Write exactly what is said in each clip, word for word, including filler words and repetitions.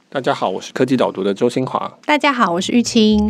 大家好，我是科技导读的周新华。 大家好，我是玉清。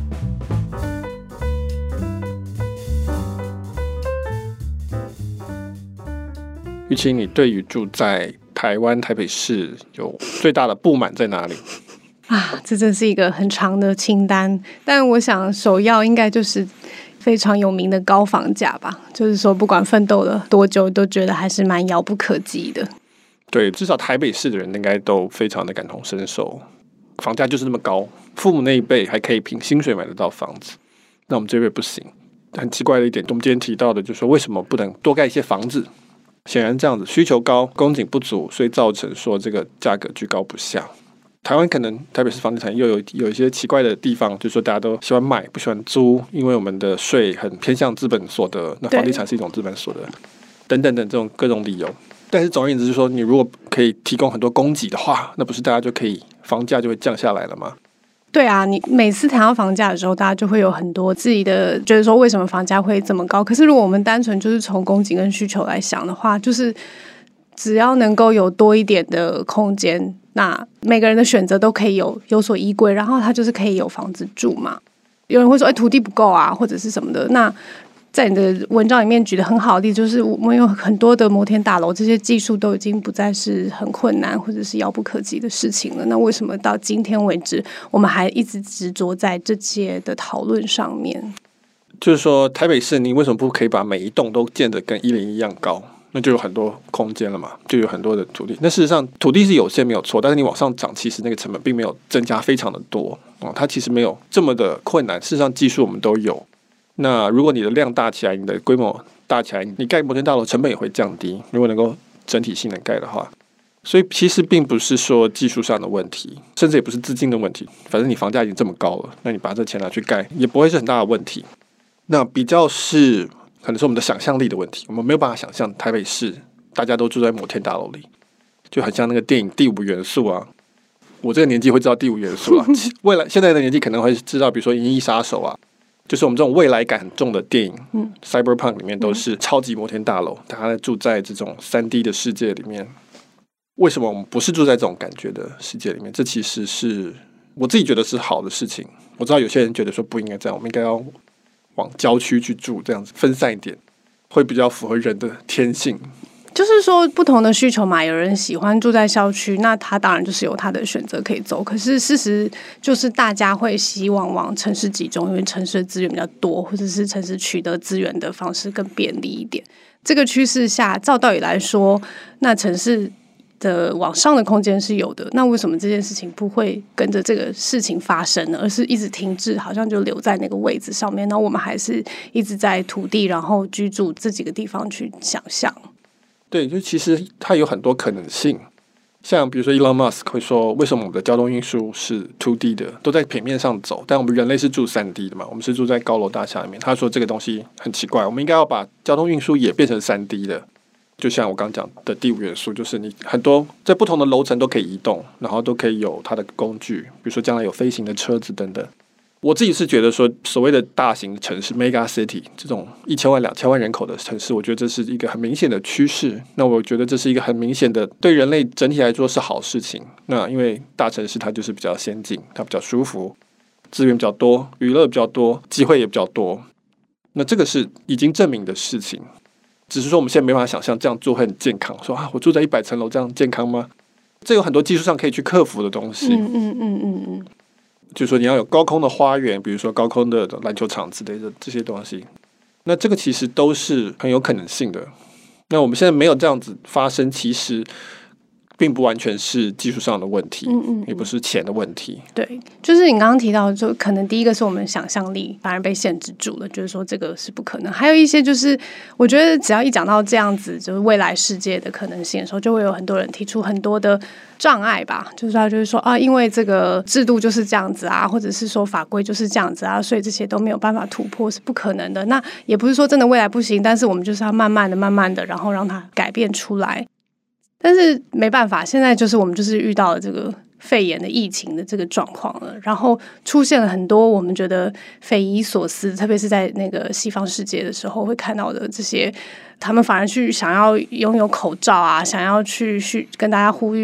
玉清，你对于住在台湾台北市有最大的不满在哪里？ 啊，这真是一个很长的清单，但我想首要应该就是非常有名的高房价吧，就是说不管奋斗了多久，都觉得还是蛮遥不可及的。 对，至少台北市的人应该都非常的感同身受，房价就是那么高，父母那一辈还可以凭薪水买得到房子，那我们这一辈不行。很奇怪的一点，我们今天提到的就是说，为什么不能多盖一些房子？显然这样子，需求高，供给不足，所以造成说这个价格居高不下。台湾可能台北市房地产又有有一些奇怪的地方，就是说大家都喜欢买不喜欢租，因为我们的税很偏向资本所得，那房地产是一种资本所得，等等等这种各种理由。但是总而言之，就是说你如果可以提供很多供给的话，那不是大家就可以房价就会降下来了吗？ 对啊，你每次谈到房价的时候，大家就会有很多自己的觉得说为什么房价会这么高。可是如果我们单纯就是从供给跟需求来想的话，就是只要能够有多一点的空间，那每个人的选择都可以有有所依归，然后他就是可以有房子住嘛。有人会说，哎，土地不够啊，或者是什么的。那在你的文章里面举的很好的例子，就是我们有很多的摩天大楼，这些技术都已经不再是很困难或者是遥不可及的事情了。那为什么到今天为止，我们还一直执着在这些的讨论上面？ 就是说，台北市你为什么不可以把每一栋都建得跟一零一样高？那就有很多空间了嘛，就有很多的土地。那事实上，土地是有限没有错，但是你往上涨，其实那个成本并没有增加非常的多哦，它其实没有这么的困难。事实上，技术我们都有。那如果你的量大起来，你的规模大起来，你盖摩天大楼成本也会降低。如果能够整体性能盖的话，所以其实并不是说技术上的问题，甚至也不是资金的问题。反正你房价已经这么高了，那你把这钱拿去盖，也不会是很大的问题。那比较是可能是我们的想象力的问题，我们没有办法想象台北市大家都住在摩天大楼里，就很像那个电影《第五元素》啊。我这个年纪会知道《第五元素》啊，未来现在的年纪可能会知道，比如说《银翼杀手》啊。就是我们这种未来感很重的电影、嗯、Cyberpunk 里面都是超级摩天大楼，大家住在这种 三 D 的世界里面。为什么我们不是住在这种感觉的世界里面？这其实是我自己觉得是好的事情。我知道有些人觉得说不应该这样，我们应该要往郊区去住，这样子分散一点，会比较符合人的天性。 就是说不同的需求嘛，有人喜欢住在校区，那他当然就是有他的选择可以走。可是事实就是大家会希望往城市集中，因为城市的资源比较多，或者是城市取得资源的方式更便利一点。这个趋势下，照道理来说，那城市的往上的空间是有的。那为什么这件事情不会跟着这个事情发生呢？而是一直停滞，好像就留在那个位置上面。那我们还是一直在土地，然后居住这几个地方去想象。 对，就其实它有很多可能性，像比如说 Elon Musk 会说，为什么我们的交通运输是 二 D 的，都在平面上走，但我们人类是住 三 D 的嘛，我们是住在高楼大厦里面。他说这个东西很奇怪，我们应该要把交通运输也变成 三 D 的。就像我刚讲的第五元素，就是你很多在不同的楼层都可以移动，然后都可以有它的工具，比如说将来有飞行的车子等等。我自己是觉得说，所谓的大型城市 mega city 这种一千万两千万人口的城市，我觉得这是一个很明显的趋势。那我觉得这是一个很明显的对人类整体来说是好事情。那因为大城市它就是比较先进，它比较舒服，资源比较多，娱乐比较多，机会也比较多。那这个是已经证明的事情，只是说我们现在没办法想象这样做会很健康。说啊，我住在一百层楼这样健康吗？这有很多技术上可以去克服的东西。 嗯嗯嗯嗯嗯。 就是说你要有高空的花园，比如说高空的篮球场之类的这些东西，那这个其实都是很有可能性的。那我们现在没有这样子发生，其实并不完全是技术上的问题，嗯嗯嗯，也不是钱的问题。 对，就是你刚刚提到，就可能第一个是我们想象力反而被限制住了，就是说这个是不可能。还有一些就是，我觉得只要一讲到这样子，就是未来世界的可能性的时候，就会有很多人提出很多的障碍吧，就是他就是说啊，因为这个制度就是这样子啊，或者是说法规就是这样子啊，所以这些都没有办法突破，是不可能的。那也不是说真的未来不行，但是我们就是要慢慢的、慢慢的，然后让它改变出来。但是没办法，现在就是我们就是遇到了这个肺炎的疫情的这个状况了，然后出现了很多我们觉得匪夷所思，特别是在那个西方世界的时候会看到的这些，他们反而去想要拥有口罩啊，想要去去跟大家呼吁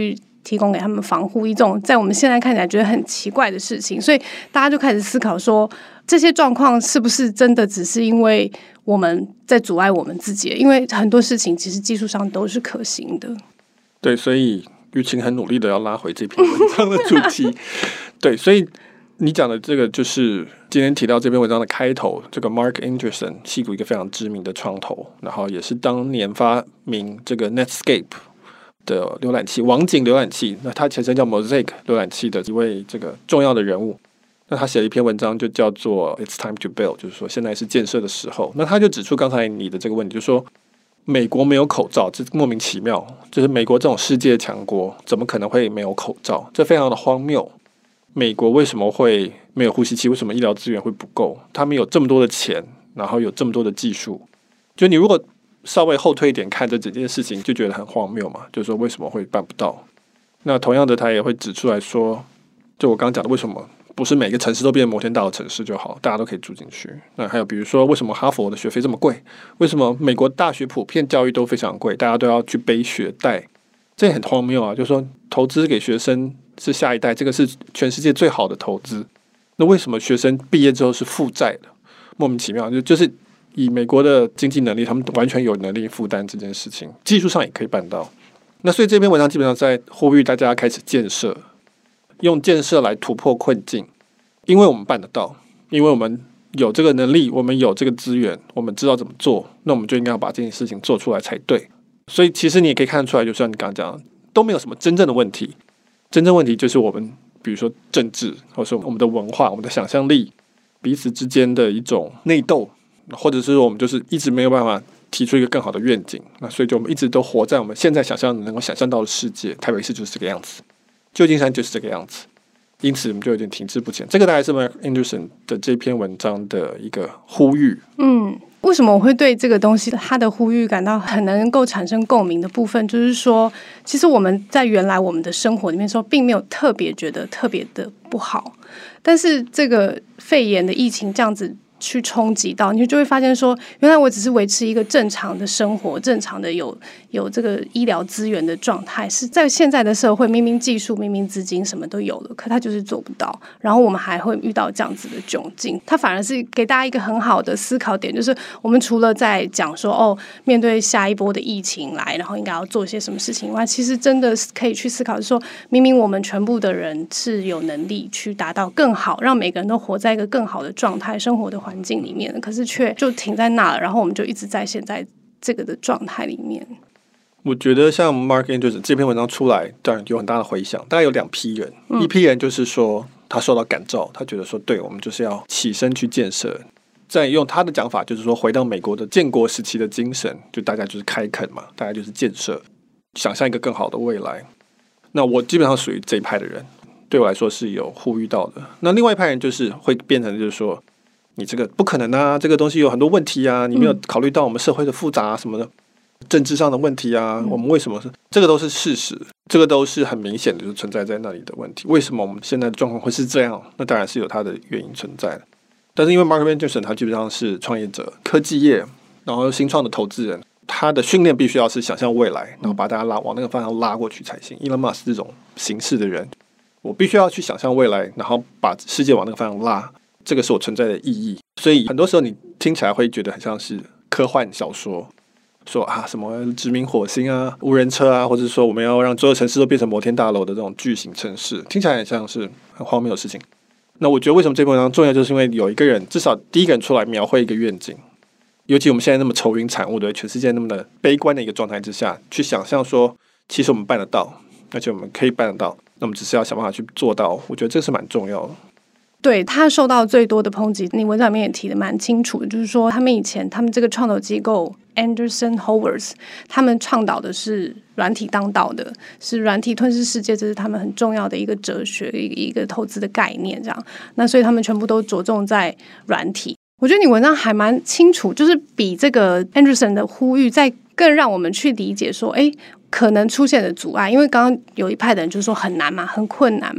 提供给他们防护衣，这种在我们现在看起来觉得很奇怪的事情，所以大家就开始思考说，这些状况是不是真的只是因为我们在阻碍我们自己？因为很多事情其实技术上都是可行的。 对，所以玉琴很努力的要拉回这篇文章的主题。对，所以你讲的这个就是今天提到这篇文章的开头，这个 Mark Anderson 矽谷一个非常知名的创投，然后也是当年发明这个 Netscape 的浏览器网景浏览器，那他前身叫 Mosaic 浏览器的一位这个重要的人物。那他写了一篇文章就叫做 It's time to build， 就是说现在是建设的时候。那他就指出刚才你的这个问题，就是说美国没有口罩，这莫名其妙，就是美国这种世界强国怎么可能会没有口罩，这非常的荒谬。美国为什么会没有呼吸器？为什么医疗资源会不够？他们有这么多的钱，然后有这么多的技术，就你如果稍微后退一点看这整件事情，就觉得很荒谬嘛，就是说为什么会办不到？那同样的，他也会指出来说，就我刚刚讲的，为什么不是每个城市都变成摩天大楼城市就好，大家都可以住进去？那还有比如说，为什么哈佛的学费这么贵？为什么美国大学普遍教育都非常贵，大家都要去背学贷？这也很荒谬啊！就是说投资给学生是下一代，这个是全世界最好的投资。那为什么学生毕业之后是负债的？莫名其妙，就就是以美国的经济能力，他们完全有能力负担这件事情，技术上也可以办到。那所以这篇文章基本上在呼吁大家开始建设，用建设来突破困境，因为我们办得到，因为我们有这个能力，我们有这个资源，我们知道怎么做，那我们就应该要把这件事情做出来才对。所以其实你也可以看得出来，就像你刚刚讲的，都没有什么真正的问题，真正问题就是我们比如说政治，或者说我们的文化，我们的想象力，彼此之间的一种内斗，或者是说我们就是一直没有办法提出一个更好的愿景，那所以就我们一直都活在我们现在想象能够想象到的世界。台北市就是这个样子，旧金山就是这个样子，因此我们就有点停滞不前。这个大概是 Mark Anderson 的这篇文章的一个呼吁。 嗯，为什么我会对这个东西他的呼吁感到很能够产生共鸣的部分，就是说其实我们在原来我们的生活里面说并没有特别觉得特别的不好，但是这个肺炎的疫情这样子去冲击到你，就会发现说原来我只是维持一个正常的生活，正常的有有这个医疗资源的状态，是在现在的社会明明技术明明资金什么都有了，可他就是做不到，然后我们还会遇到这样子的窘境。他反而是给大家一个很好的思考点，就是我们除了在讲说哦面对下一波的疫情来，然后应该要做些什么事情以外，其实真的是可以去思考说明明我们全部的人是有能力去达到更好，让每个人都活在一个更好的状态生活的环境里面，可是却就停在那了，然后我们就一直在现在这个的状态里面。 我觉得像 Mark Anderson 这篇文章出来，当然有很大的回响，大概有两批人、嗯、一批人就是说他受到感召，他觉得说对，我们就是要起身去建设，再用他的讲法就是说回到美国的建国时期的精神，就大家就是开垦嘛，大家就是建设，想象一个更好的未来。那我基本上属于这一派的人，对我来说是有呼吁到的。那另外一派人就是会变成就是说你这个不可能啊，这个东西有很多问题啊，你没有考虑到我们社会的复杂、啊、什么的政治上的问题啊、嗯、我们为什么是这个都是事实，这个都是很明显的就存在在那里的问题。为什么我们现在的状况会是这样？那当然是有它的原因存在的。但是因为 Mark Anderson 他基本上是创业者、科技业，然后新创的投资人，他的训练必须要是想象未来，然后把大家拉往那个方向拉过去才行。Elon Musk 这种形式的人，我必须要去想象未来，然后把世界往那个方向拉，这个是我存在的意义。所以很多时候你听起来会觉得很像是科幻小说，说啊什么殖民火星啊、无人车啊，或者说我们要让所有城市都变成摩天大楼的这种巨型城市，听起来很像是很荒谬的事情。那我觉得为什么这篇文章重要，就是因为有一个人，至少第一个人出来描绘一个愿景，尤其我们现在那么愁云惨雾的全世界那么的悲观的一个状态之下，去想象说其实我们办得到，而且我们可以办得到，那我们只是要想办法去做到，我觉得这是蛮重要的。 对，他受到最多的抨击，你文章里面也提得蛮清楚的，就是说他们以前他们这个创投机构 Anderson Horowitz 他们倡导的是软体当道的，是软体吞噬世界，这是他们很重要的一个哲学，一个一个投资的概念这样。那所以他们全部都着重在软体。我觉得你文章还蛮清楚，就是比这个 Anderson 的呼吁再更让我们去理解说哎，可能出现的阻碍，因为刚刚有一派的人就是说很难嘛，很困难嘛。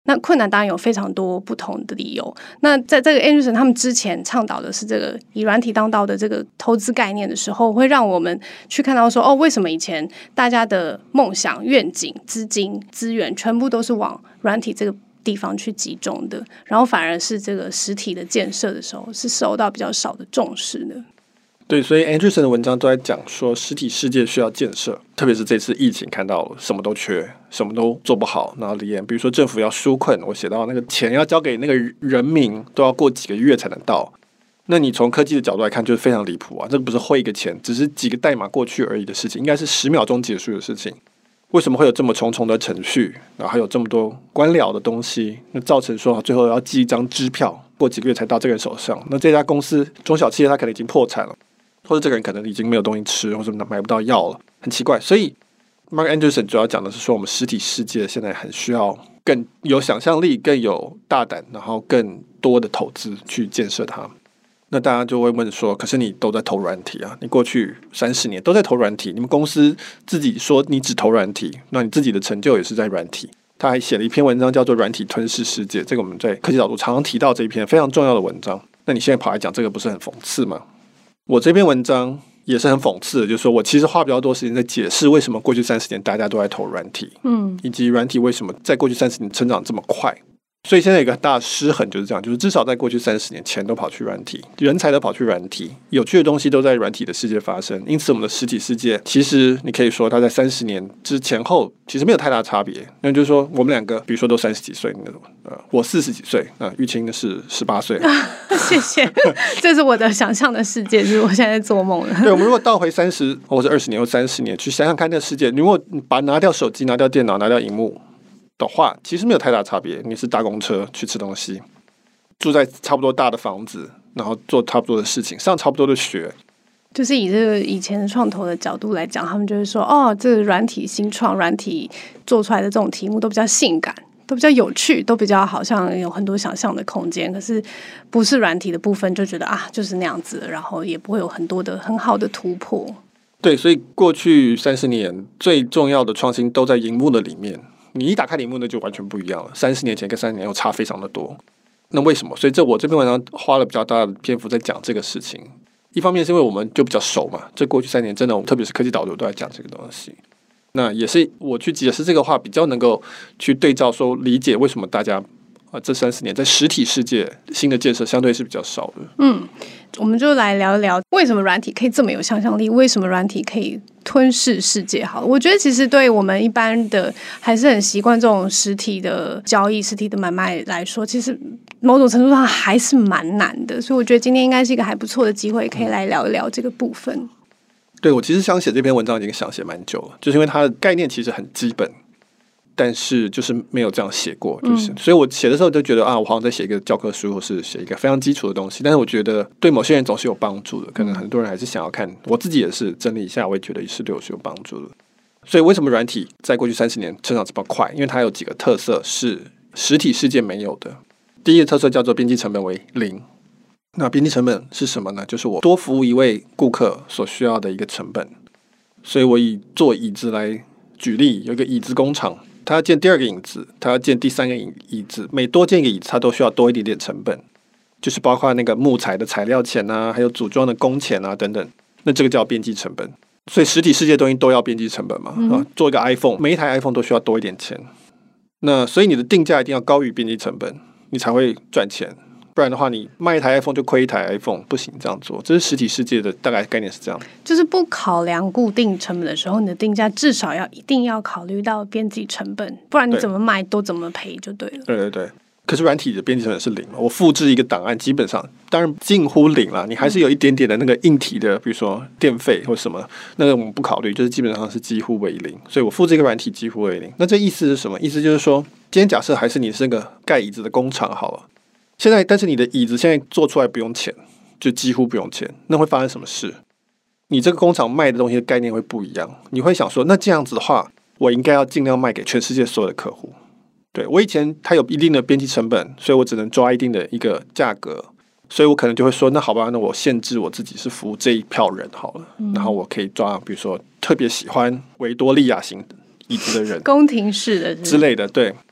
那困难当然有非常多不同的理由。那在这个 Andreessen 他们之前倡导的是这个以软体当道的这个投资概念的时候，会让我们去看到说，哦，为什么以前大家的梦想、愿景、资金、资源全部都是往软体这个地方去集中的，然后反而是这个实体的建设的时候是受到比较少的重视的。 对，所以 Andreessen 的文章都在讲说实体世界需要建设，特别是这次疫情看到了什么都缺，什么都做不好，然后连比如说政府要纾困，我写到那个钱要交给那个人民都要过几个月才能到，那你从科技的角度来看就是非常离谱啊，这个不是汇一个钱只是几个代码过去而已的事情，应该是十秒钟结束的事情，为什么会有这么重重的程序，然后还有这么多官僚的东西，那造成说最后要寄一张支票过几个月才到这个人手上，那这家公司中小企业它可能已经破产了，或者这个人可能已经没有东西吃，或者买不到药了，很奇怪。所以 Mark Andreessen 主要讲的是说，我们实体世界现在很需要更有想象力、更有大胆，然后更多的投资去建设它。那大家就会问说，可是你都在投软体啊，你过去三十年都在投软体，你们公司自己说你只投软体，那你自己的成就也是在软体。他还写了一篇文章叫做《软体吞噬世界》，这个我们在科技导读常常提到这一篇非常重要的文章。那你现在跑来讲这个，不是很讽刺吗？我这篇文章也是很讽刺的，就是说我其实花比较多时间在解释为什么过去三十年大家都在投软体，嗯，以及软体为什么在过去三十年成长这么快。所以现在有一个很大的失衡就是这样，就是至少在过去三十年，钱都跑去软体，人才都跑去软体，有趣的东西都在软体的世界发生。因此我们的实体世界其实你可以说它在三十年之前后其实没有太大差别。那就是说我们两个比如说都三十几岁，呃，我四十几岁，呃，玉清的是十八岁。 谢谢，这是我的想象的世界，就是我现在在做梦了。 对，我们如果倒回三十或者二十年或三十年去想想看那个世界，你如果把拿掉手机、拿掉电脑、拿掉荧幕的话，其实没有太大差别。你是搭公车去吃东西，住在差不多大的房子，然后做差不多的事情，上差不多的学。 就是以这个以前的创投的角度来讲，他们就会说，哦，这个软体新创、软体做出来的这种题目都比较性感，都比较有趣，都比较好像有很多想象的空间。可是不是软体的部分，就觉得啊，就是那样子，然后也不会有很多的很好的突破。 对，所以过去三十年最重要的创新都在荧幕的里面。你一打开荧幕，那就完全不一样了。三十年前跟三十年又差非常的多。那为什么？所以这我这篇文章花了比较大的篇幅在讲这个事情。一方面是因为我们就比较熟嘛，这过去三年真的，特别是科技导读都在讲这个东西。那也是我去解释这个话，比较能够去对照说理解为什么大家啊这三十年在实体世界新的建设相对是比较少的。 嗯，我们就来聊一聊为什么软体可以这么有想象力，为什么软体可以吞噬世界。好了，我觉得其实对我们一般的还是很习惯这种实体的交易、实体的买卖来说，其实某种程度上还是蛮难的。所以我觉得今天应该是一个还不错的机会，可以来聊一聊这个部分。 对，我其实想写这篇文章已经想写蛮久了，就是因为它的概念其实很基本，但是就是没有这样写过，就是、嗯、所以我写的时候就觉得啊，我好像在写一个教科书，或是写一个非常基础的东西，但是我觉得对某些人总是有帮助的，可能很多人还是想要看，我自己也是整理一下，我也觉得是对我是有帮助的。所以为什么软体在过去三十年成长这么快？因为它有几个特色是实体世界没有的。第一个特色叫做边际成本为零。那边际成本是什么呢？就是我多服务一位顾客所需要的一个成本。所以我以做椅子来举例，有一个椅子工厂，他要建第二个椅子，他要建第三个椅子，每多建一个椅子，他都需要多一点点成本，就是包括那个木材的材料钱啊，还有组装的工钱啊等等。那这个叫边际成本。所以实体世界的东西都要边际成本嘛、嗯啊、做一个 iPhone， 每一台 iPhone 都需要多一点钱。那所以你的定价一定要高于边际成本，你才会赚钱。不然的话，你卖一台 iPhone 就亏一台 iPhone， 不行这样做。这是实体世界的大概概念是这样， 就是不考量固定成本的时候，你的定价至少要一定要考虑到边际成本，不然你怎么卖都怎么赔就对了。 对对对。可是软体的边际成本是零嘛？我复制一个档案，基本上当然近乎零啦，你还是有一点点的那个硬体的，比如说电费或什么，那个我们不考虑，就是基本上是几乎为零。所以我复制一个软体几乎为零。那这意思是什么？意思就是说，今天假设还是你是那个盖椅子的工厂好了。现在，但是你的椅子现在做出来不用钱，就几乎不用钱，那会发生什么事？你这个工厂卖的东西的概念会不一样。你会想说，那这样子的话，我应该要尽量卖给全世界所有的客户。对，我以前它有一定的边际成本，所以我只能抓一定的一个价格，所以我可能就会说，那好吧，那我限制我自己是服务这一票人好了，嗯、然后我可以抓，比如说特别喜欢维多利亚型椅子的人， 宫廷式的是不是之类的，对。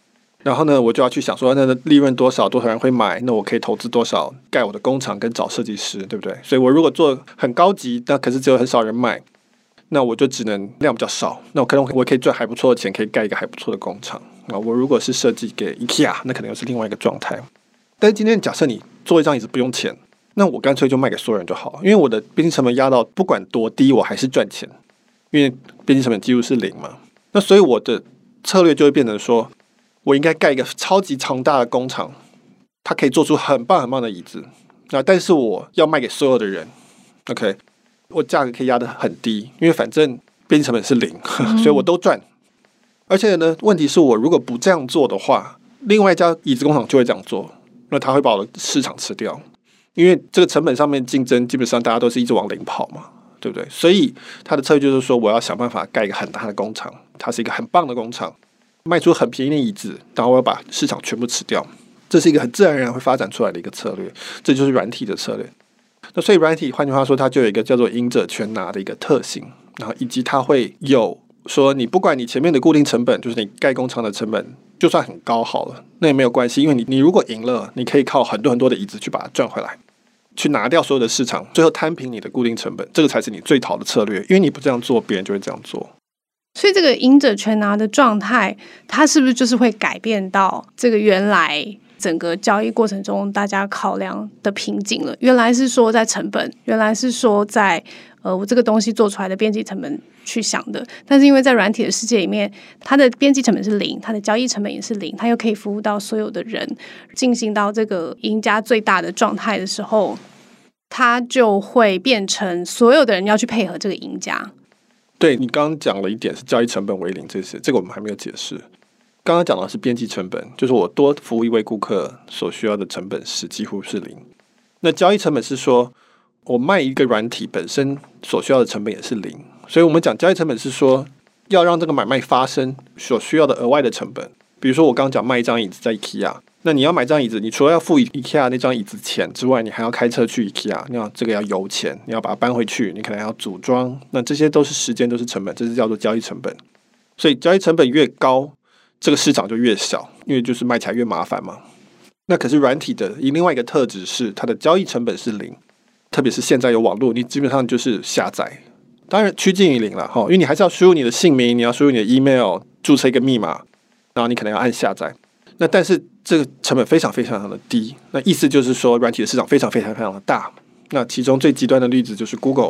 然后呢，我就要去想说，那利润多少，多少人会买，那我可以投资多少盖我的工厂跟找设计师，对不对？所以我如果做很高级，那可是只有很少人买，那我就只能量比较少，那我可能我可以赚还不错的钱，可以盖一个还不错的工厂啊。我如果是设计给 IKEA， 那可能又是另外一个状态。但是今天假设你做一张椅子不用钱，那我干脆就卖给所有人就好，因为我的边际成本压到不管多低，我还是赚钱，因为边际成本几乎是零嘛。那所以我的策略就会变成说，我应该盖一个超级庞大的工厂，它可以做出很棒很棒的椅子，那但是我要卖给所有的人 ，OK， 我价格可以压得很低，因为反正边际成本是零，所以我都赚。而且呢，问题是我如果不这样做的话，另外一家椅子工厂就会这样做，那他会把我的市场吃掉，因为这个成本上面竞争基本上大家都是一直往零跑嘛，对不对？所以他的策略就是说，我要想办法盖一个很大的工厂，它是一个很棒的工厂，卖出很便宜的椅子，然后我要把市场全部吃掉，这是一个很自然而然会发展出来的一个策略，这就是软体的策略。那所以软体换句话说，它就有一个叫做赢者全拿的一个特性，然后以及它会有说，你不管你前面的固定成本，就是你盖工厂的成本，就算很高好了，那也没有关系，因为你你如果赢了，你可以靠很多很多的椅子去把它赚回来，去拿掉所有的市场，最后摊平你的固定成本，这个才是你最好的策略，因为你不这样做，别人就会这样做。 所以这个赢者全拿的状态，它是不是就是会改变到这个原来整个交易过程中大家考量的瓶颈了？原来是说在成本，原来是说在呃我这个东西做出来的边际成本去想的，但是因为在软体的世界里面，它的边际成本是零，它的交易成本也是零，它又可以服务到所有的人，进行到这个赢家最大的状态的时候，它就会变成所有的人要去配合这个赢家。 对，你刚刚讲了一点是交易成本为零，这些这个我们还没有解释。刚刚讲的是边际成本，就是我多服务一位顾客所需要的成本是几乎是零。那交易成本是说我卖一个软体本身所需要的成本也是零，所以我们讲交易成本是说要让这个买卖发生所需要的额外的成本。比如说我刚刚讲卖一张椅子在 IKEA， 那你要买张椅子，你除了要付 IKEA 那张椅子钱之外，你还要开车去 IKEA， 你要这个要油钱，你要把它搬回去，你可能还要组装，那这些都是时间，都是成本，这是叫做交易成本。所以交易成本越高，这个市场就越小，因为就是卖起来越麻烦嘛。那可是软体的另外一个特质是它的交易成本是零，特别是现在有网络，你基本上就是下载，当然趋近于零了，因为你还是要输入你的姓名，你要输入你的 email， 注册一个密码，然后你可能要按下载。那但是这个成本非常非常的低，那意思就是说软体的市场非常非常非常的大。那其中最极端的例子就是 Google，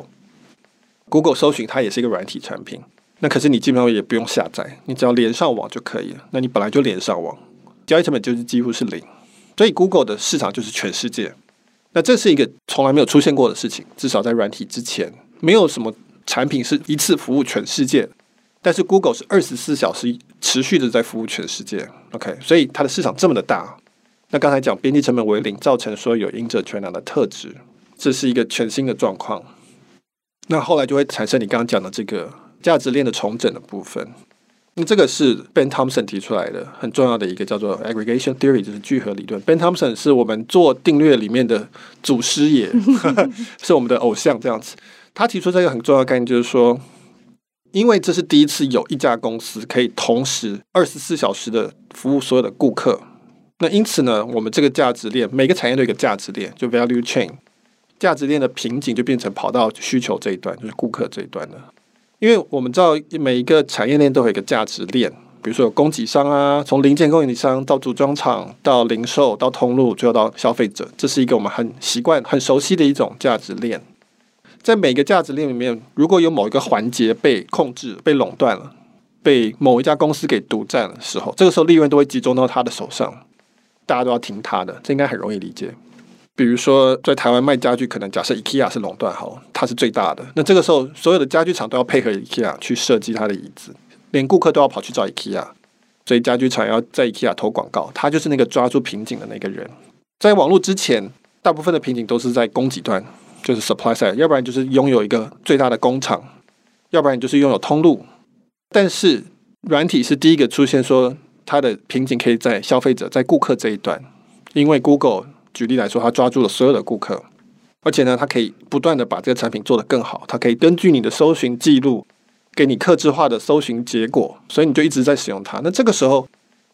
Google 搜寻它也是一个软体产品，那可是你基本上也不用下载，你只要连上网就可以了，那你本来就连上网，交易成本就是几乎是零，所以 Google 的市场就是全世界。那这是一个从来没有出现过的事情，至少在软体之前没有什么产品是一次服务全世界，但是 Google 是二十四小时持续的在服务全世界 OK， 所以它的市场这么的大。那刚才讲边际成本为零，造成说有赢者全拿的特质，这是一个全新的状况。那后来就会产生你刚刚讲的这个价值链的重整的部分。那这个是 Ben Thompson 提出来的很重要的一个叫做 aggregation theory， 就是聚合理论。Ben Thompson 是我们做定律里面的祖师爷是我们的偶像这样子。他提出这个很重要的概念，就是说因为这是第一次有一家公司可以同时二十四小时的服务所有的顾客，那因此呢，我们这个价值链每个产业都有一个价值链，就 value chain， 价值链的瓶颈就变成跑到需求这一端，就是顾客这一端了。因为我们知道每一个产业链都有一个价值链，比如说有供给商啊，从零件供应商到组装厂到零售到通路，最后到消费者，这是一个我们很习惯很熟悉的一种价值链。在每个价值链里面，如果有某一个环节被控制、被垄断了，被某一家公司给独占的时候，这个时候利润都会集中到他的手上，大家都要听他的，这应该很容易理解。比如说在台湾卖家具，可能假设 IKEA 是垄断好，它是最大的，那这个时候所有的家具厂都要配合 IKEA 去设计它的椅子，连顾客都要跑去找 IKEA， 所以家具厂要在 IKEA 投广告，他就是那个抓住瓶颈的那个人。在网络之前，大部分的瓶颈都是在供给端，就是 supply side， 要不然就是拥有一个最大的工厂，要不然就是拥有通路。但是软体是第一个出现说它的瓶颈可以在消费者、在顾客这一端，因为 Google举例来说，它抓住了所有的顾客，而且呢，它可以不断的把这个产品做得更好，它可以根据你的搜寻记录给你客制化的搜寻结果，所以你就一直在使用它。那这个时候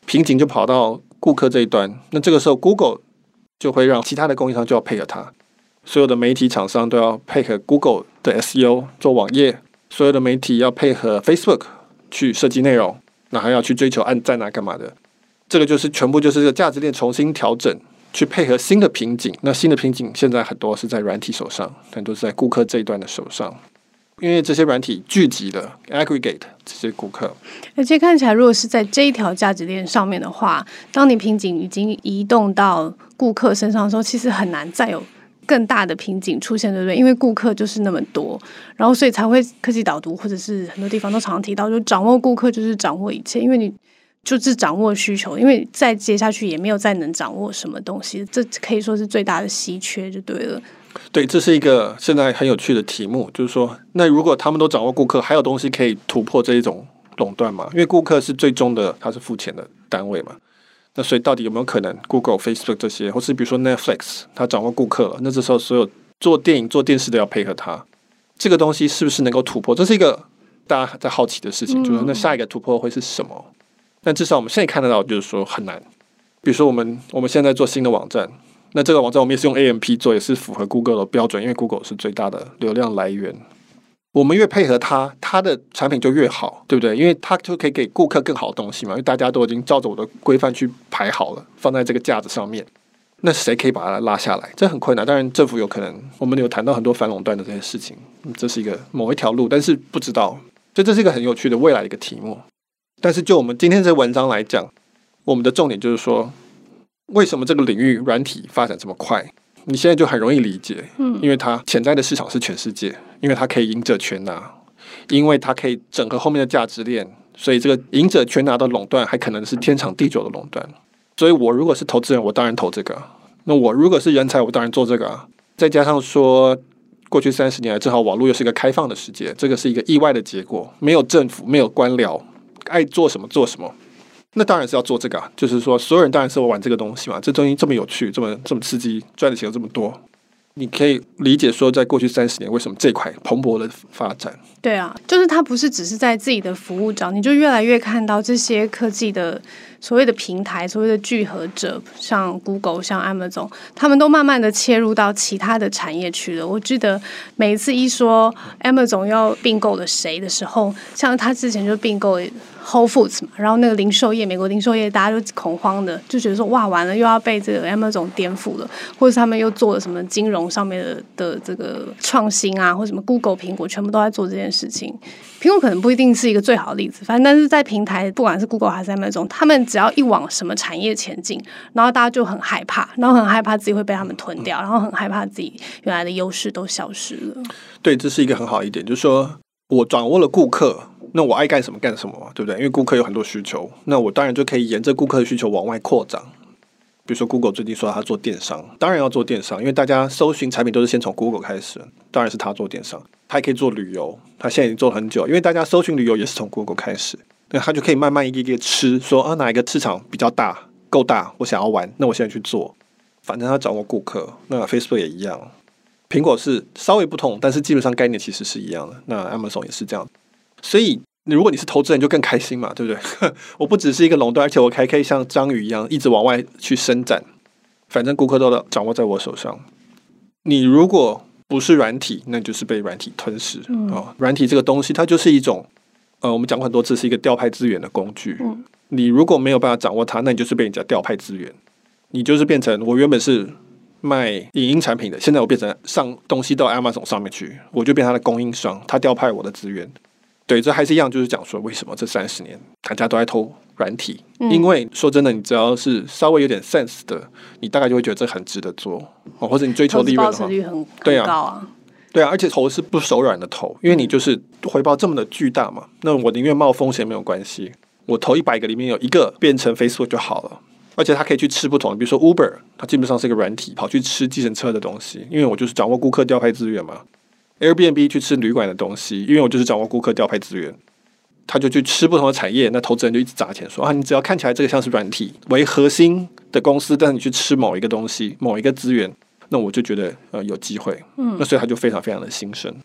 瓶颈就跑到顾客这一端，那这个时候 Google 就会让其他的供应商就要配合它，所有的媒体厂商都要配合 Google 的 S E O 做网页，所有的媒体要配合 Facebook 去设计内容，那还要去追求按赞啊干嘛的，这个就是全部就是这个价值链重新调整，去配合新的瓶颈。那新的瓶颈现在很多是在软体手上，很多是在顾客这一端的手上，因为这些软体聚集了 aggregate 这些顾客。 而且看起来如果是在这一条价值链上面的话，当你瓶颈已经移动到顾客身上的时候，其实很难再有更大的瓶颈出现，对不对？因为顾客就是那么多，然后所以才会科技导读或者是很多地方都常常提到，就掌握顾客就是掌握一切，因为你就是掌握需求，因为再接下去也没有再能掌握什么东西，这可以说是最大的稀缺就对了。 对，这是一个现在很有趣的题目，就是说那如果他们都掌握顾客，还有东西可以突破这一种垄断吗？因为顾客是最终的，他是付钱的单位嘛，那所以到底有没有可能 Google、Facebook 这些，或是比如说 Netflix 他掌握顾客了，那这时候所有做电影做电视的要配合他，这个东西是不是能够突破？这是一个大家在好奇的事情，就是那下一个突破会是什么？但至少我们现在看得到就是说很难。比如说我们我们现在做新的网站，那这个网站我们也是用 A M P 做，也是符合 Google 的标准，因为 Google 是最大的流量来源。我们越配合它，它的产品就越好，对不对？因为它就可以给顾客更好的东西嘛，因为大家都已经照着我的规范去排好了，放在这个架子上面。那谁可以把它拉下来？这很困难。当然政府有可能，我们有谈到很多反垄断的这些事情，这是一个某一条路，但是不知道，所以这是一个很有趣的未来的一个题目。但是就我们今天这文章来讲，我们的重点就是说，为什么这个领域软体发展这么快？你现在就很容易理解，因为它潜在的市场是全世界，因为它可以赢者全拿，因为它可以整合后面的价值链，所以这个赢者全拿的垄断还可能是天长地久的垄断。所以我如果是投资人，我当然投这个；那我如果是人才，我当然做这个啊。再加上说，过去三十年来，正好网络又是一个开放的世界，这个是一个意外的结果，没有政府，没有官僚，爱做什么做什么。那当然是要做这个、啊，就是说所有人当然是要玩这个东西嘛，这东西这么有趣，这么这么刺激，赚的钱有这么多，你可以理解说，在过去三十年为什么这块蓬勃的发展。 对啊，就是它不是只是在自己的服务上，你就越来越看到这些科技的所谓的平台，所谓的聚合者，像 Google 像 Amazon， 他们都慢慢的切入到其他的产业去了。我记得每一次一说 Amazon 要并购了谁的时候，像他之前就并购Whole Foods 嘛，然后那个零售业，美国零售业大家就恐慌的，就觉得说哇完了又要被这个 Amazon 颠覆了，或者他们又做了什么金融上面的的这个创新啊，或什么 Google 苹果全部都在做这件事情。苹果可能不一定是一个最好的例子，反正但是在平台不管是 Google 还是 Amazon， 他们只要一往什么产业前进，然后大家就很害怕，然后很害怕自己会被他们吞掉，然后很害怕自己原来的优势都消失了。对， 这是一个很好一点，就是说我掌握了顾客，那我爱干什么干什么嘛，对不对？因为顾客有很多需求，那我当然就可以沿着顾客的需求往外扩张。比如说 Google 最近说他做电商，当然要做电商，因为大家搜寻产品都是先从 Google 开始，当然是他做电商。他也可以做旅游，他现在已经做了很久，因为大家搜寻旅游也是从 Google 开始，那他就可以慢慢一个一个吃，说啊哪一个市场比较大，够大，我想要玩，那我现在去做。反正他掌握顾客，那 Facebook 也一样。苹果是稍微不同，但是基本上概念其实是一样的。那 Amazon 也是这样，所以如果你是投资人，就更开心嘛，对不对？我不只是一个垄断，而且我还可以像章鱼一样一直往外去伸展。反正顾客都掌握在我手上。你如果不是软体，那就是被软体吞噬。嗯哦、软体这个东西，它就是一种呃，我们讲过很多次，是一个调派资源的工具。嗯、你如果没有办法掌握它，那你就是被人家调派资源。你就是变成我原本是卖影音产品的，现在我变成上东西到 Amazon 上面去，我就变成他的供应商，他调派我的资源。对，这还是一样，就是讲说为什么这三十年大家都在投软体、嗯、因为说真的，你只要是稍微有点 sense 的，你大概就会觉得这很值得做、哦、或者你追求利润的话， 投资报酬率很对啊高啊， 对啊，而且投是不手软的投，因为你就是回报这么的巨大嘛，那我宁愿冒风险没有关系，我投一百个里面有一个变成 Facebook 就好了。而且它可以去吃不同的，比如说 Uber， 它基本上是一个软体，跑去吃计程车的东西，因为我就是掌握顾客调派资源嘛。Airbnb 去吃旅馆的东西，因为我就是掌握顾客调派资源，他就去吃不同的产业，那投资人就一直砸钱说啊，你只要看起来这个像是软体为核心的公司，但是你去吃某一个东西、某一个资源，那我就觉得呃有机会，嗯，那所以他就非常非常的兴盛。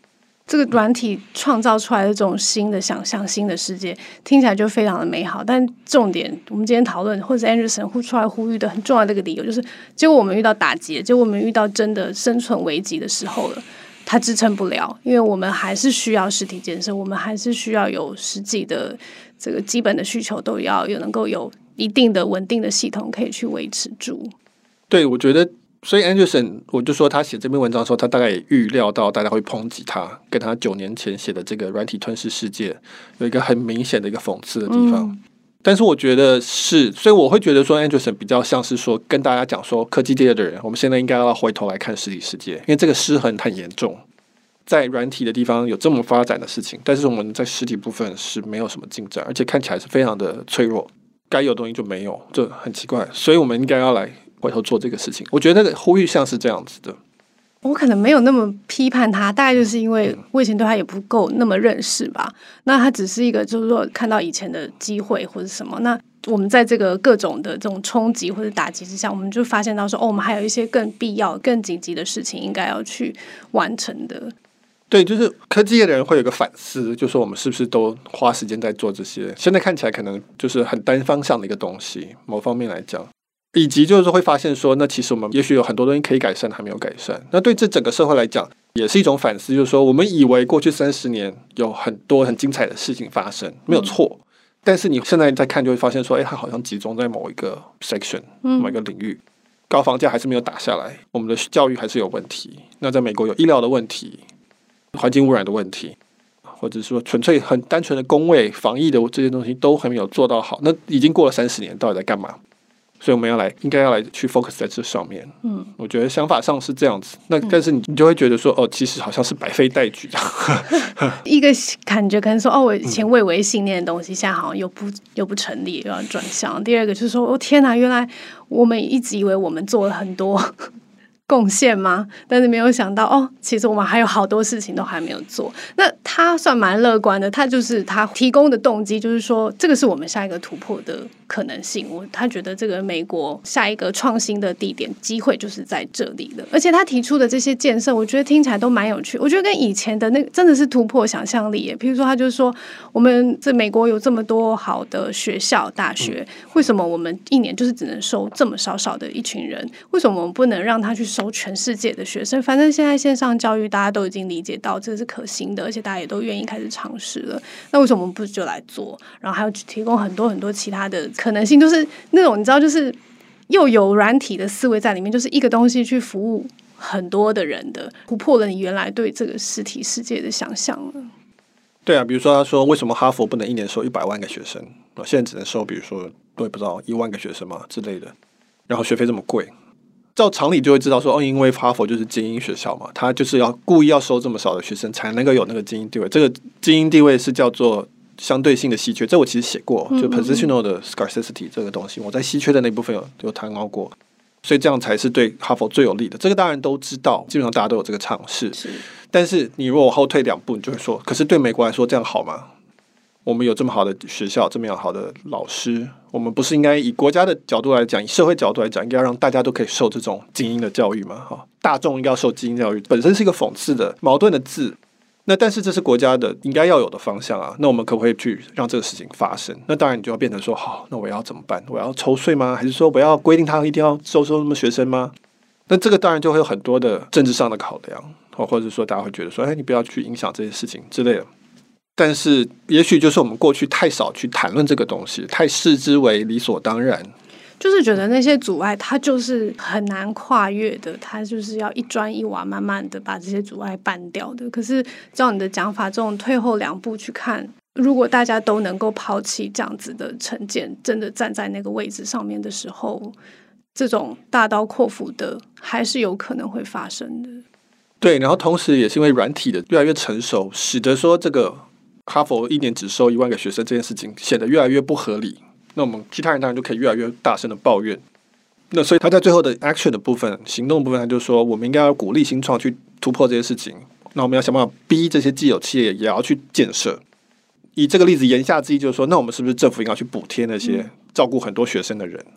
这个软体创造出来的这种新的想象、新的世界，听起来就非常的美好。但重点，我们今天讨论或者 Anderson 呼出来呼吁的很重要的一个理由，就是结果我们遇到打击，结果我们遇到真的生存危机的时候了，它支撑不了，因为我们还是需要实体建设，我们还是需要有实际的这个基本的需求都要有，能够有一定的稳定的系统可以去维持住。 对，我觉得。所以 Anderson 我就说他写这篇文章的时候，他大概也预料到大家会抨击他，跟他九年前写的这个软体吞噬世界有一个很明显的一个讽刺的地方、嗯、但是我觉得是，所以我会觉得说 Anderson 比较像是说跟大家讲说，科技界的人我们现在应该要回头来看实体世界，因为这个失衡很严重，在软体的地方有这么发展的事情，但是我们在实体部分是没有什么进展，而且看起来是非常的脆弱，该有的东西就没有，这很奇怪，所以我们应该要来回头做这个事情。我觉得那个呼吁像是这样子的。 我可能没有那么批判他，大概就是因为我以前对他也不够那么认识吧。那他只是一个就是说看到以前的机会或者什么，那我们在这个各种的这种冲击或者打击之下，我们就发现到说哦，我们还有一些更必要更紧急的事情应该要去完成的。 对，就是科技业的人会有个反思，就说我们是不是都花时间在做这些现在看起来可能就是很单方向的一个东西，某方面来讲，以及就是会发现说，那其实我们也许有很多东西可以改善还没有改善，那对这整个社会来讲也是一种反思，就是说我们以为过去三十年有很多很精彩的事情发生，没有错、嗯、但是你现在在看就会发现说，哎，它好像集中在某一个 section、嗯、某一个领域，高房价还是没有打下来，我们的教育还是有问题，那在美国有医疗的问题，环境污染的问题，或者说纯粹很单纯的公卫防疫的这些东西都还没有做到好，那已经过了三十年，到底在干嘛？所以我们要来应该要来去 focus 在这上面。嗯，我觉得想法上是这样子，那但是你你就会觉得说，哦，其实好像是百废待举一个感觉可能说，哦，我以前蔚为信念的东西、嗯、现在好像又不又不成立，又要转向。第二个就是说，哦天哪，原来我们一直以为我们做了很多贡献吗？但是没有想到哦，其实我们还有好多事情都还没有做。那他算蛮乐观的，他就是他提供的动机就是说，这个是我们下一个突破的可能性。我他觉得这个美国下一个创新的地点机会就是在这里了。而且他提出的这些建设，我觉得听起来都蛮有趣。我觉得跟以前的那个真的是突破想象力耶。比如说，他就说，我们这美国有这么多好的学校、大学，为什么我们一年就是只能收这么少少的一群人？为什么我们不能让他去收全世界的学生？反正现在线上教育大家都已经理解到这是可行的，而且大家也都愿意开始尝试了，那为什么我们不就来做？然后还有提供很多很多其他的可能性，就是那种你知道，就是又有软体的思维在里面，就是一个东西去服务很多的人的，突破了你原来对这个实体世界的想象了。 对啊，比如说他说为什么哈佛不能一年收一百万个学生，现在只能收比如说我也不知道一万个学生嘛之类的，然后学费这么贵，照常理就会知道说，哦，因为哈佛就是精英学校嘛，他就是要故意要收这么少的学生才能够有那个精英地位，这个精英地位是叫做相对性的稀缺，这我其实写过，就 positional 的 scarcity 这个东西，我在稀缺的那部分有有谈到过，所以这样才是对哈佛最有利的，这个当然都知道，基本上大家都有这个尝试，但是你如果后退两步，你就会说，可是对美国来说这样好吗？我们有这么好的学校，这么好的老师，我们不是应该以国家的角度来讲，以社会角度来讲，应该要让大家都可以受这种精英的教育吗？大众应该要受精英教育，本身是一个讽刺的矛盾的字，那但是这是国家的应该要有的方向啊，那我们可不可以去让这个事情发生？那当然你就要变成说，好，那我要怎么办？我要抽税吗？还是说我要规定他一定要收收那么学生吗？那这个当然就会有很多的政治上的考量，或者说大家会觉得说，哎，你不要去影响这些事情之类的。但是也许就是我们过去太少去谈论这个东西，太视之为理所当然， 就是觉得那些阻碍它就是很难跨越的，它就是要一砖一瓦慢慢的把这些阻碍搬掉的。可是照你的讲法，这种退后两步去看，如果大家都能够抛弃这样子的成见，真的站在那个位置上面的时候，这种大刀阔斧的还是有可能会发生的。 对，然后同时也是因为软体的越来越成熟，使得说这个哈佛一年只收一万个学生这件事情显得越来越不合理，那我们其他人当然就可以越来越大声的抱怨。那所以他在最后的 action 的部分，行动的部分，他就说我们应该要鼓励新创去突破这些事情，那我们要想办法逼这些既有企业也要去建设。以这个例子言下之意就是说，那我们是不是政府应该去补贴那些照顾很多学生的人？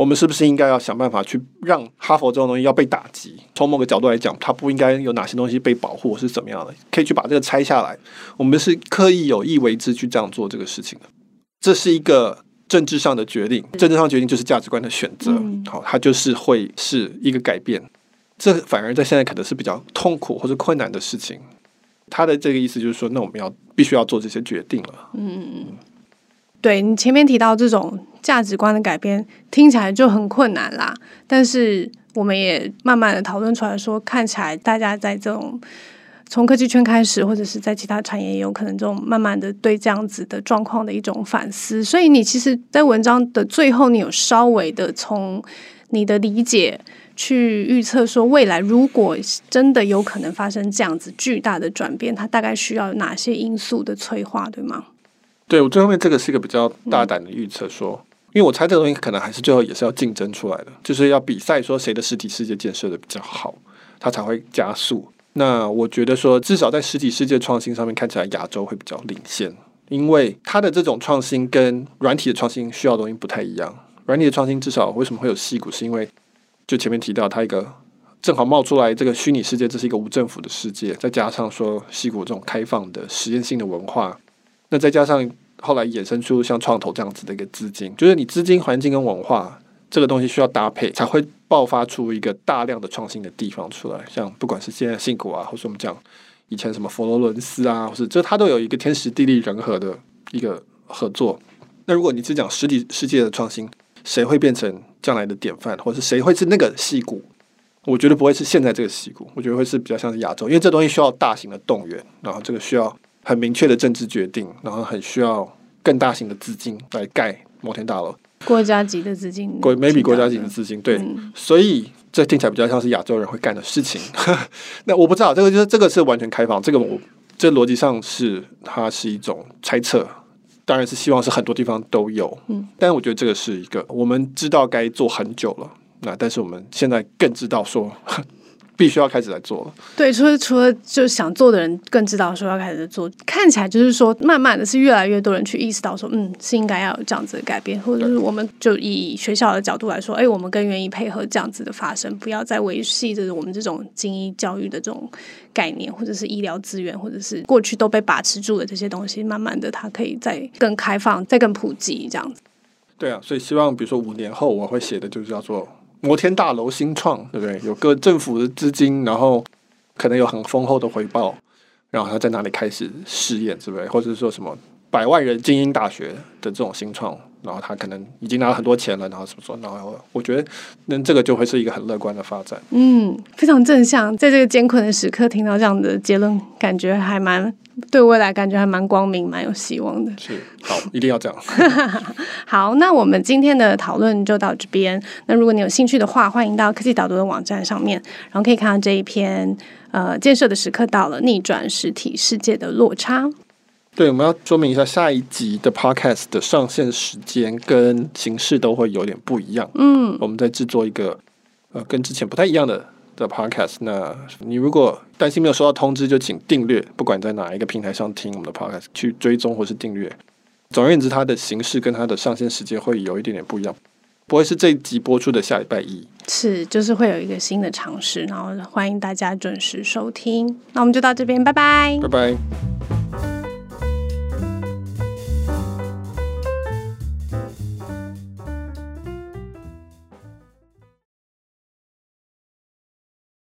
我们是不是应该要想办法去让哈佛这种东西要被打击？从某个角度来讲，它不应该有哪些东西被保护，是怎么样的？可以去把这个拆下来。我们是刻意有意为之去这样做这个事情的。这是一个政治上的决定，政治上的决定就是价值观的选择。 嗯、 好，它就是会是一个改变。这反而在现在可能是比较痛苦或者困难的事情。他的这个意思就是说，那我们要必须要做这些决定了。 嗯，对，你前面提到这种价值观的改变，听起来就很困难啦。但是我们也慢慢的讨论出来说，看起来大家在这种从科技圈开始，或者是在其他产业，也有可能这种慢慢的对这样子的状况的一种反思。所以你其实，在文章的最后，你有稍微的从你的理解去预测说，未来如果真的有可能发生这样子巨大的转变，它大概需要哪些因素的催化，对吗？ 对，我最后面这个是一个比较大胆的预测说、嗯、因为我猜这个东西可能还是最后也是要竞争出来的，就是要比赛说谁的实体世界建设的比较好，它才会加速。那我觉得说至少在实体世界创新上面看起来亚洲会比较领先，因为它的这种创新跟软体的创新需要的东西不太一样。软体的创新至少为什么会有矽谷，是因为就前面提到它一个正好冒出来这个虚拟世界，这是一个无政府的世界，再加上说矽谷这种开放的实验性的文化，那再加上后来衍生出像创投这样子的一个资金，就是你资金、环境跟文化这个东西需要搭配，才会爆发出一个大量的创新的地方出来。像不管是现在矽谷啊，或是我们讲以前什么佛罗伦斯啊，或是这它都有一个天时地利人和的一个合作。那如果你只讲实体世界的创新，谁会变成将来的典范，或是谁会是那个矽谷？我觉得不会是现在这个矽谷，我觉得会是比较像是亚洲，因为这东西需要大型的动员，然后这个需要很明确的政治决定，然后很需要更大型的资金来盖摩天大楼， 国家级的资金 ，maybe 国家级的资金，对、嗯，所以这听起来比较像是亚洲人会干的事情。那我不知道，这个就是这个是完全开放，这个我这逻辑上是它是一种猜测。当然是希望是很多地方都有，嗯，但我觉得这个是一个我们知道该做很久了，那但是我们现在更知道说必须要开始来做了。 对，除了除了就想做的人更知道说要开始做，看起来就是说慢慢的是越来越多人去意识到说，嗯，是应该要有这样子的改变，或者是我们就以学校的角度来说，哎，我们更愿意配合这样子的发生，不要再维系着我们这种精英教育的这种概念，或者是医疗资源，或者是过去都被把持住的这些东西，慢慢的它可以再更开放，再更普及这样子。 对啊，所以希望比如说五年后我会写的就是叫做摩天大楼新创，对不对？有个政府的资金，然后可能有很丰厚的回报，然后他在哪里开始试验，对不对？或者是说什么百万人精英大学的这种新创，然后他可能已经拿了很多钱了，然后什么说，然后我觉得那这个就会是一个很乐观的发展。 嗯，非常正向，在这个艰困的时刻听到这样的结论，感觉还蛮对未来感觉还蛮光明，蛮有希望的。 是，好，一定要这样。 好，那我们今天的讨论就到这边。那如果你有兴趣的话，欢迎到科技导读的网站上面，然后可以看到这一篇呃，建设的时刻到了，逆转实体世界的落差。 对，我们要说明一下，下一集的 podcast 的上线时间跟形式都会有点不一样。嗯，我们在制作一个呃跟之前不太一样的的 podcast。那你如果担心没有收到通知，就请订阅，不管在哪一个平台上听我们的 podcast， 去追踪或是订阅。总而言之，它的形式跟它的上线时间会有一点点不一样，不会是这一集播出的下礼拜一。 是，就是会有一个新的尝试，然后欢迎大家准时收听。那我们就到这边，拜拜， 拜拜。